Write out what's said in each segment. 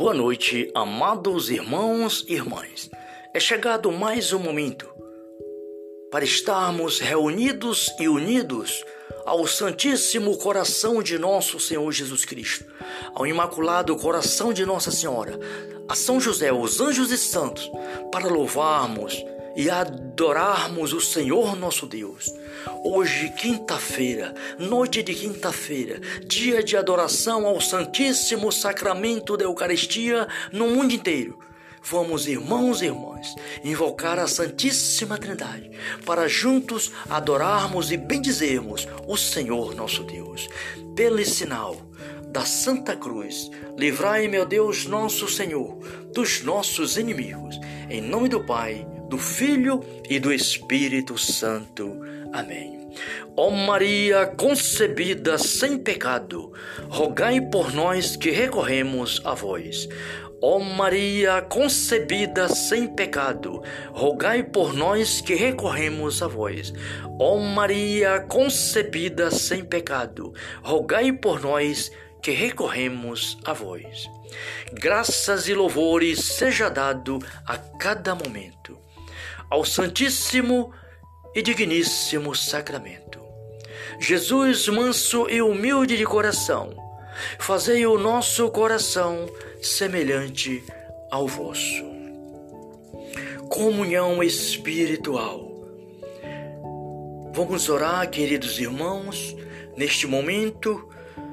Boa noite, amados irmãos e irmãs. É chegado mais um momento para estarmos reunidos e unidos ao Santíssimo Coração de nosso Senhor Jesus Cristo, ao Imaculado Coração de Nossa Senhora, a São José, os anjos e santos, para louvarmos e adorarmos o Senhor nosso Deus. Hoje, quinta-feira, noite de quinta-feira, dia de adoração ao Santíssimo Sacramento da Eucaristia no mundo inteiro. Vamos, irmãos e irmãs, invocar a Santíssima Trindade para juntos adorarmos e bendizermos o Senhor nosso Deus. Pelo sinal da Santa Cruz, livrai, meu Deus, nosso Senhor, dos nossos inimigos. Em nome do Pai, do Filho e do Espírito Santo. Amém. Ó Maria concebida sem pecado, rogai por nós que recorremos a vós. Ó Maria concebida sem pecado, rogai por nós que recorremos a vós. Ó Maria concebida sem pecado, rogai por nós que recorremos a vós. Graças e louvores seja dado a cada momento ao Santíssimo e Digníssimo Sacramento. Jesus, manso e humilde de coração, fazei o nosso coração semelhante ao vosso. Comunhão espiritual. Vamos orar, queridos irmãos, neste momento,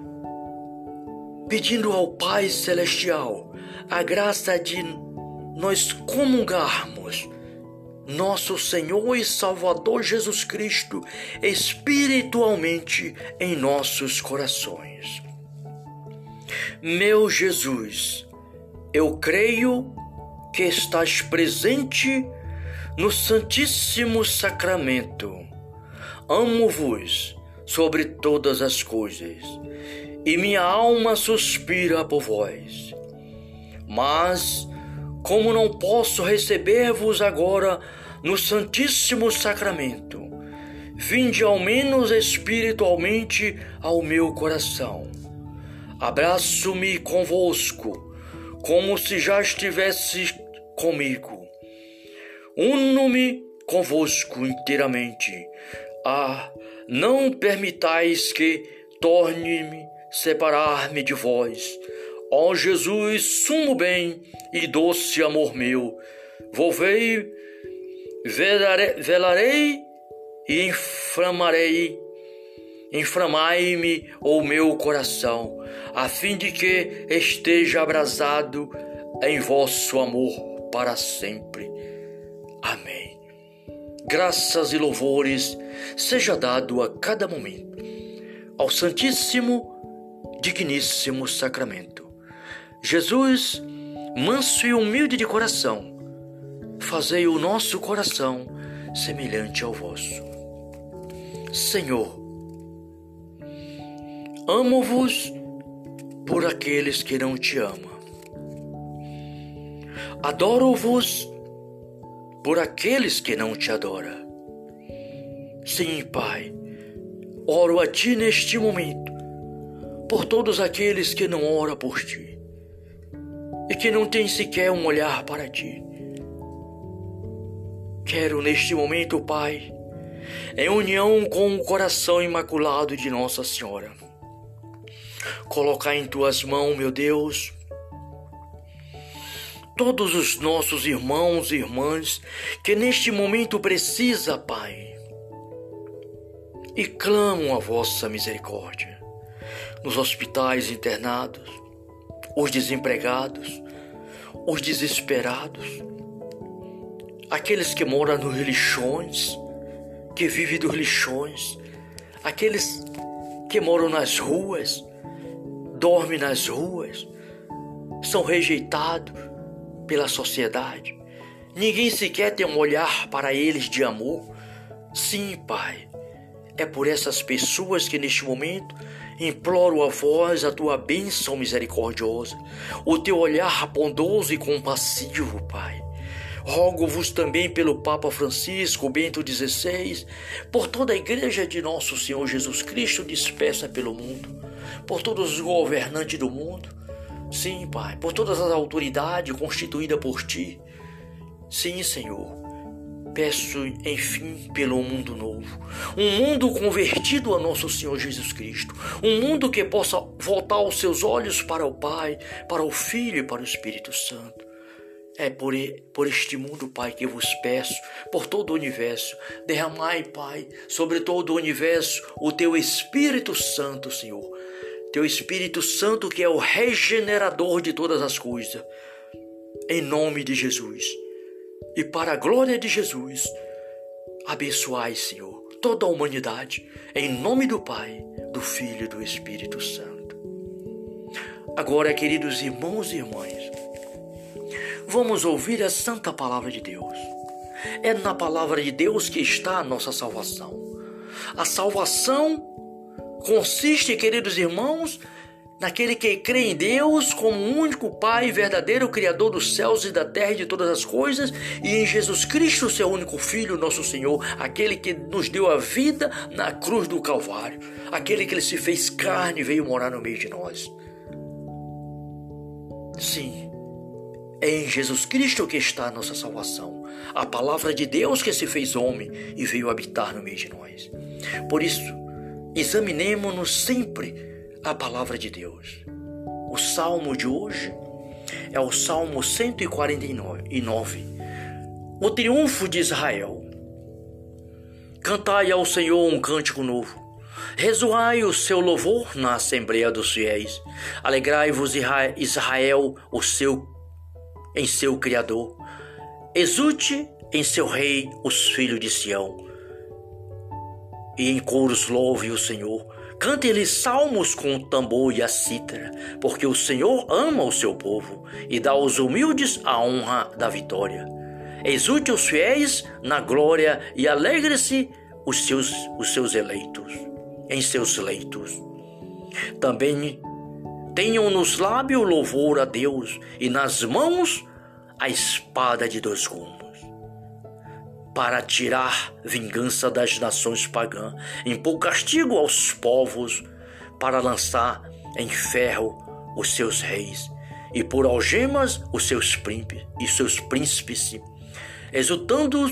pedindo ao Pai Celestial a graça de nós comungarmos nosso Senhor e Salvador Jesus Cristo espiritualmente em nossos corações. Meu Jesus, eu creio que estás presente no Santíssimo Sacramento. Amo-vos sobre todas as coisas, e minha alma suspira por vós. Mas, como não posso receber-vos agora no Santíssimo Sacramento, vinde ao menos espiritualmente ao meu coração. Abraço-me convosco, como se já estivesse comigo. Uno-me convosco inteiramente. Não permitais que torne-me separar-me de vós. Ó Jesus, sumo bem e doce amor meu, velarei e inflamai-me o meu coração, a fim de que esteja abrasado em vosso amor para sempre. Amém. Graças e louvores seja dado a cada momento ao Santíssimo Digníssimo Sacramento. Jesus, manso e humilde de coração, fazei o nosso coração semelhante ao vosso. Senhor, amo-vos por aqueles que não te amam. Adoro-vos por aqueles que não te adoram. Sim, Pai, oro a Ti neste momento, por todos aqueles que não oram por Ti e que não têm sequer um olhar para Ti. Quero neste momento, Pai, em união com o coração imaculado de Nossa Senhora, colocar em Tuas mãos, meu Deus, todos os nossos irmãos e irmãs que neste momento precisa, Pai, e clamam a vossa misericórdia. Nos hospitais internados, os desempregados, os desesperados, aqueles que moram nos lixões, que vivem dos lixões, aqueles que moram nas ruas, dormem nas ruas, são rejeitados pela sociedade. Ninguém sequer tem um olhar para eles de amor. Sim, Pai, é por essas pessoas que neste momento imploro a vós a tua bênção misericordiosa, o teu olhar bondoso e compassivo, Pai. Rogo-vos também pelo Papa Francisco, Bento XVI, por toda a Igreja de nosso Senhor Jesus Cristo dispersa pelo mundo, por todos os governantes do mundo, Sim, Pai, por todas as autoridades constituídas por Ti. Sim, Senhor. Peço, enfim, pelo mundo novo. Um mundo convertido a nosso Senhor Jesus Cristo. Um mundo que possa voltar os seus olhos para o Pai, para o Filho e para o Espírito Santo. É por este mundo, Pai, que vos peço, por todo o universo. Derramai, Pai, sobre todo o universo, o Teu Espírito Santo, Senhor. Teu Espírito Santo, que é o regenerador de todas as coisas. Em nome de Jesus. E para a glória de Jesus, abençoai, Senhor, toda a humanidade, em nome do Pai, do Filho e do Espírito Santo. Agora, queridos irmãos e irmãs, vamos ouvir a santa palavra de Deus. É na palavra de Deus que está a nossa salvação. A salvação consiste, queridos irmãos, naquele que crê em Deus como o único Pai, verdadeiro Criador dos céus e da terra e de todas as coisas, e em Jesus Cristo, seu único Filho, nosso Senhor, aquele que nos deu a vida na cruz do Calvário, aquele que Ele se fez carne e veio morar no meio de nós. Sim, é em Jesus Cristo que está a nossa salvação, a palavra de Deus que se fez homem e veio habitar no meio de nós. Por isso, examinemo-nos sempre a palavra de Deus. O salmo de hoje é o Salmo 149, o triunfo de Israel. Cantai ao Senhor um cântico novo, ressoai o seu louvor na Assembleia dos Fiéis. Alegrai-vos, Israel, em seu Criador. Exulte em seu Rei os filhos de Sião. E em coros louve o Senhor. Cante-lhe salmos com o tambor e a cítara, porque o Senhor ama o seu povo e dá aos humildes a honra da vitória. Exulte os fiéis na glória e alegre-se os seus eleitos em seus leitos. Também tenham nos lábios louvor a Deus e nas mãos a espada de dois gumes, para tirar vingança das nações pagãs, impor castigo aos povos, para lançar em ferro os seus reis, e por algemas os seus príncipes, exaltando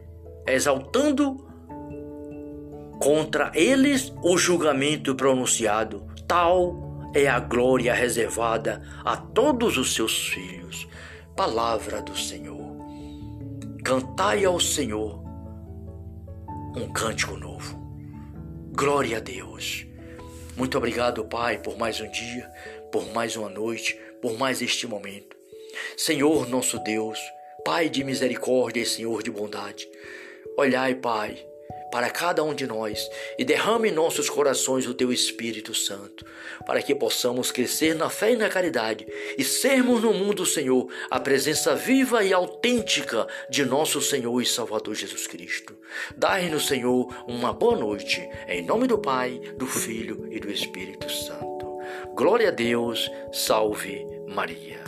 contra eles o julgamento pronunciado. Tal é a glória reservada a todos os seus filhos. Palavra do Senhor. Cantai ao Senhor um cântico novo. Glória a Deus. Muito obrigado, Pai, por mais um dia, por mais uma noite, por mais este momento. Senhor nosso Deus, Pai de misericórdia e Senhor de bondade, olhai, Pai, para cada um de nós e derrame em nossos corações o Teu Espírito Santo, para que possamos crescer na fé e na caridade e sermos no mundo, Senhor, a presença viva e autêntica de nosso Senhor e Salvador Jesus Cristo. Dai-nos, Senhor, uma boa noite, em nome do Pai, do Filho e do Espírito Santo. Glória a Deus, salve Maria.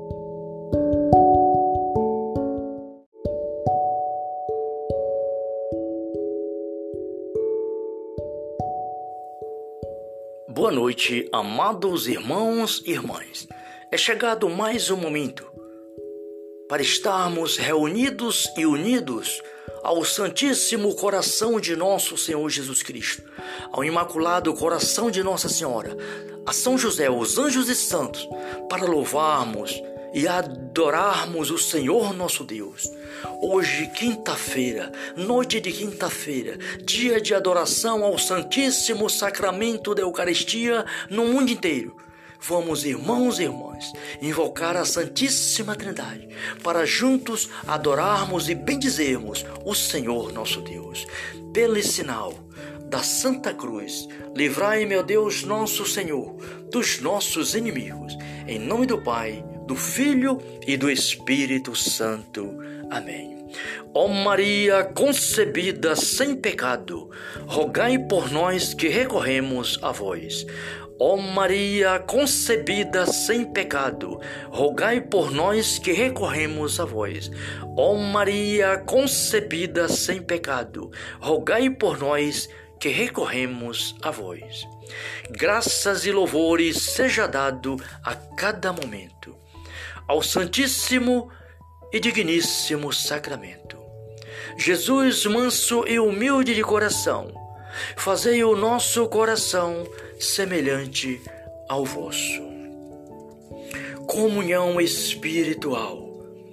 Boa noite, amados irmãos e irmãs. É chegado mais um momento para estarmos reunidos e unidos ao Santíssimo Coração de nosso Senhor Jesus Cristo, ao Imaculado Coração de Nossa Senhora, a São José, os anjos e santos, para louvarmos e adorarmos o Senhor nosso Deus. Hoje, quinta-feira, noite de quinta-feira, dia de adoração ao Santíssimo Sacramento da Eucaristia no mundo inteiro. Vamos, irmãos e irmãs, invocar a Santíssima Trindade para juntos adorarmos e bendizermos o Senhor nosso Deus. Pelo sinal da Santa Cruz, livrai, meu Deus nosso Senhor, dos nossos inimigos. Em nome do Pai, do Filho e do Espírito Santo. Amém. Ó Maria concebida sem pecado, rogai por nós que recorremos a vós. Ó Maria concebida sem pecado, rogai por nós que recorremos a vós. Ó Maria concebida sem pecado, rogai por nós que recorremos a vós. Graças e louvores seja dado a cada momento ao Santíssimo e Digníssimo Sacramento. Jesus, manso e humilde de coração, fazei o nosso coração semelhante ao vosso. Comunhão espiritual.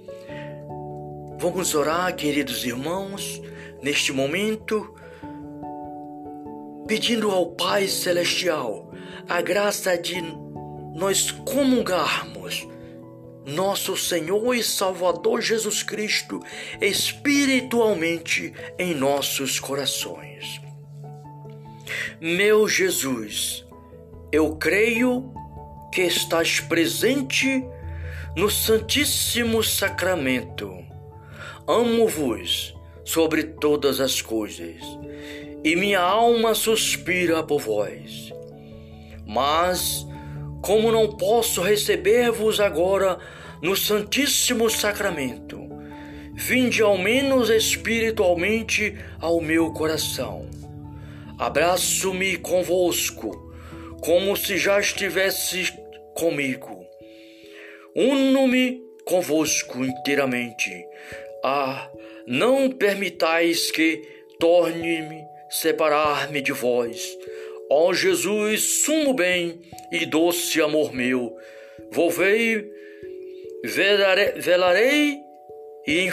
Vamos orar, queridos irmãos, neste momento, pedindo ao Pai Celestial a graça de nós comungarmos nosso Senhor e Salvador Jesus Cristo espiritualmente em nossos corações. Meu Jesus, eu creio que estás presente no Santíssimo Sacramento. Amo-vos sobre todas as coisas, e minha alma suspira por vós. Mas, como não posso receber-vos agora no Santíssimo Sacramento, vinde ao menos espiritualmente ao meu coração. Abraço-me convosco, como se já estivesse comigo. Uno-me convosco inteiramente. Não permitais que torne-me separar-me de vós. Ó Jesus, sumo bem e doce amor meu, velarei e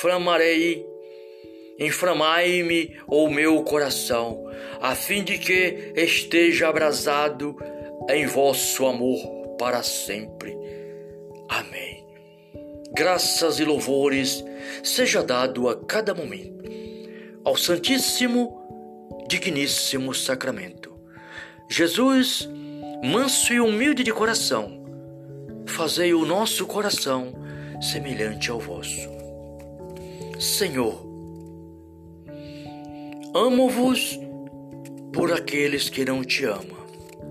inflamai-me o meu coração, a fim de que esteja abrasado em vosso amor para sempre. Amém. Graças e louvores seja dado a cada momento ao Santíssimo, Digníssimo Sacramento. Jesus, manso e humilde de coração, fazei o nosso coração semelhante ao vosso. Senhor, amo-vos por aqueles que não te amam.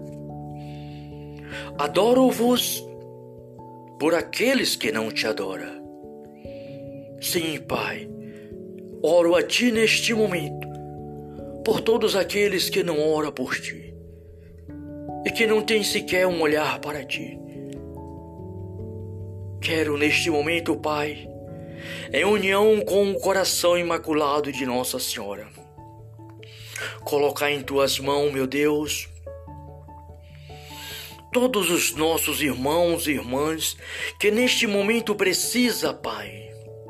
Adoro-vos por aqueles que não te adoram. Sim, Pai, oro a Ti neste momento, por todos aqueles que não oram por Ti e que não têm sequer um olhar para Ti. Quero neste momento, Pai, em união com o coração imaculado de Nossa Senhora, colocar em Tuas mãos, meu Deus, todos os nossos irmãos e irmãs que neste momento precisa, Pai,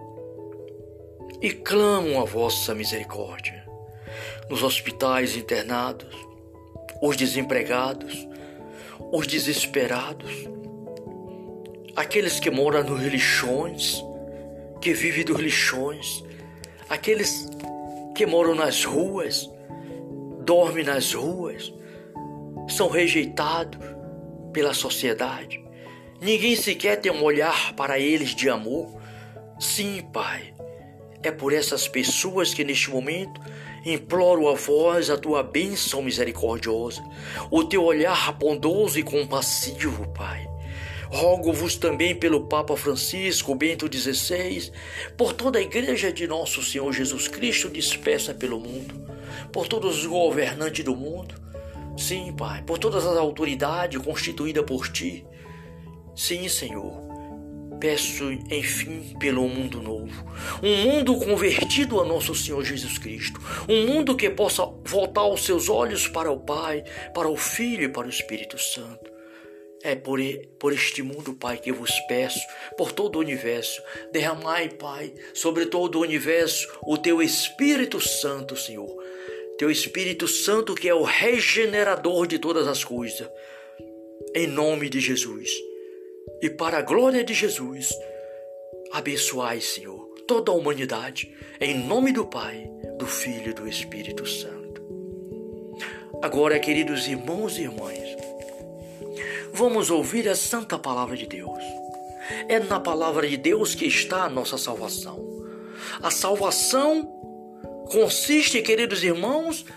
e clamam a vossa misericórdia. Nos hospitais internados, os desempregados, os desesperados, aqueles que moram nos lixões, que vivem dos lixões, aqueles que moram nas ruas, dormem nas ruas, são rejeitados pela sociedade. Ninguém sequer tem um olhar para eles de amor. Sim, Pai, é por essas pessoas que neste momento imploro a vós a Tua bênção misericordiosa, o Teu olhar bondoso e compassivo, Pai. Rogo-vos também pelo Papa Francisco, Bento XVI, por toda a Igreja de Nosso Senhor Jesus Cristo dispersa pelo mundo, por todos os governantes do mundo. Sim, Pai, por todas as autoridades constituídas por Ti. Sim, Senhor. Peço, enfim, pelo mundo novo, um mundo convertido a Nosso Senhor Jesus Cristo, um mundo que possa voltar os seus olhos para o Pai, para o Filho e para o Espírito Santo. É por este mundo, Pai, que eu vos peço, por todo o universo, derramai, Pai, sobre todo o universo, o Teu Espírito Santo, Senhor. Teu Espírito Santo que é o regenerador de todas as coisas. Em nome de Jesus. E para a glória de Jesus, abençoai, Senhor, toda a humanidade, em nome do Pai, do Filho e do Espírito Santo. Agora, queridos irmãos e irmãs, vamos ouvir a santa palavra de Deus. É na palavra de Deus que está a nossa salvação. A salvação consiste, queridos irmãos,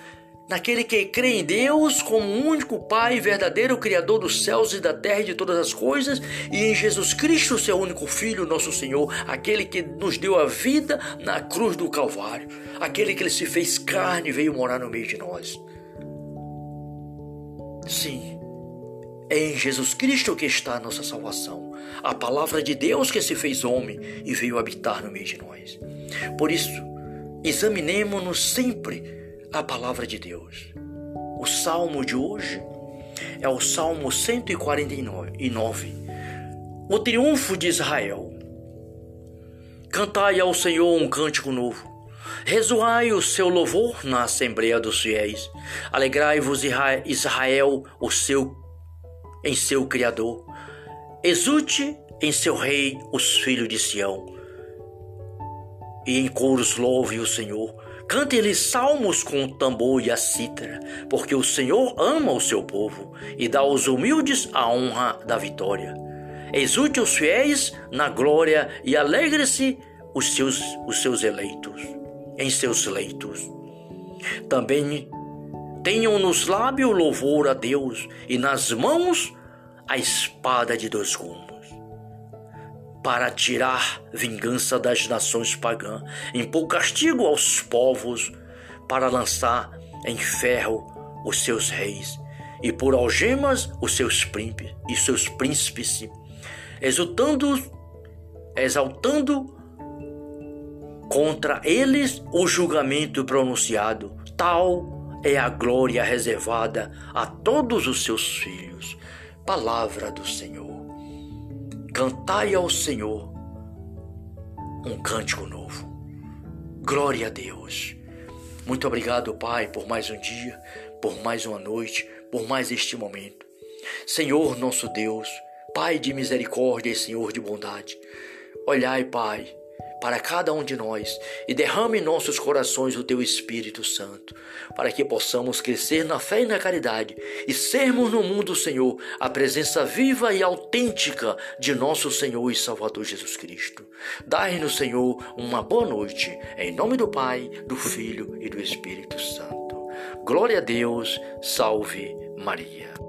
naquele que crê em Deus como o único Pai, verdadeiro Criador dos céus e da terra e de todas as coisas, e em Jesus Cristo, seu único Filho, nosso Senhor, aquele que nos deu a vida na cruz do Calvário, aquele que ele se fez carne e veio morar no meio de nós. Sim, é em Jesus Cristo que está a nossa salvação, a palavra de Deus que se fez homem e veio habitar no meio de nós. Por isso, examinemo-nos sempre a palavra de Deus. O salmo de hoje é o Salmo 149, o triunfo de Israel. Cantai ao Senhor um cântico novo, ressoai o seu louvor na assembleia dos fiéis. Alegrai-vos, Israel, em seu Criador. Exulte em seu Rei os filhos de Sião. E em coros louve o Senhor. Cante-lhe salmos com o tambor e a cítara, porque o Senhor ama o seu povo e dá aos humildes a honra da vitória. Exulte os fiéis na glória e alegre-se os seus eleitos em seus leitos. Também tenham nos lábios louvor a Deus e nas mãos a espada de dois gumes, para tirar vingança das nações pagãs, impor castigo aos povos, para lançar em ferro os seus reis, e por algemas os seus príncipes, exaltando contra eles o julgamento pronunciado. Tal é a glória reservada a todos os seus filhos. Palavra do Senhor. Cantai ao Senhor um cântico novo. Glória a Deus. Muito obrigado, Pai, por mais um dia, por mais uma noite, por mais este momento. Senhor nosso Deus, Pai de misericórdia e Senhor de bondade, olhai, Pai, para cada um de nós e derrame em nossos corações o Teu Espírito Santo, para que possamos crescer na fé e na caridade e sermos no mundo, Senhor, a presença viva e autêntica de nosso Senhor e Salvador Jesus Cristo. Dai-nos, Senhor, uma boa noite, em nome do Pai, do Filho e do Espírito Santo. Glória a Deus, salve Maria.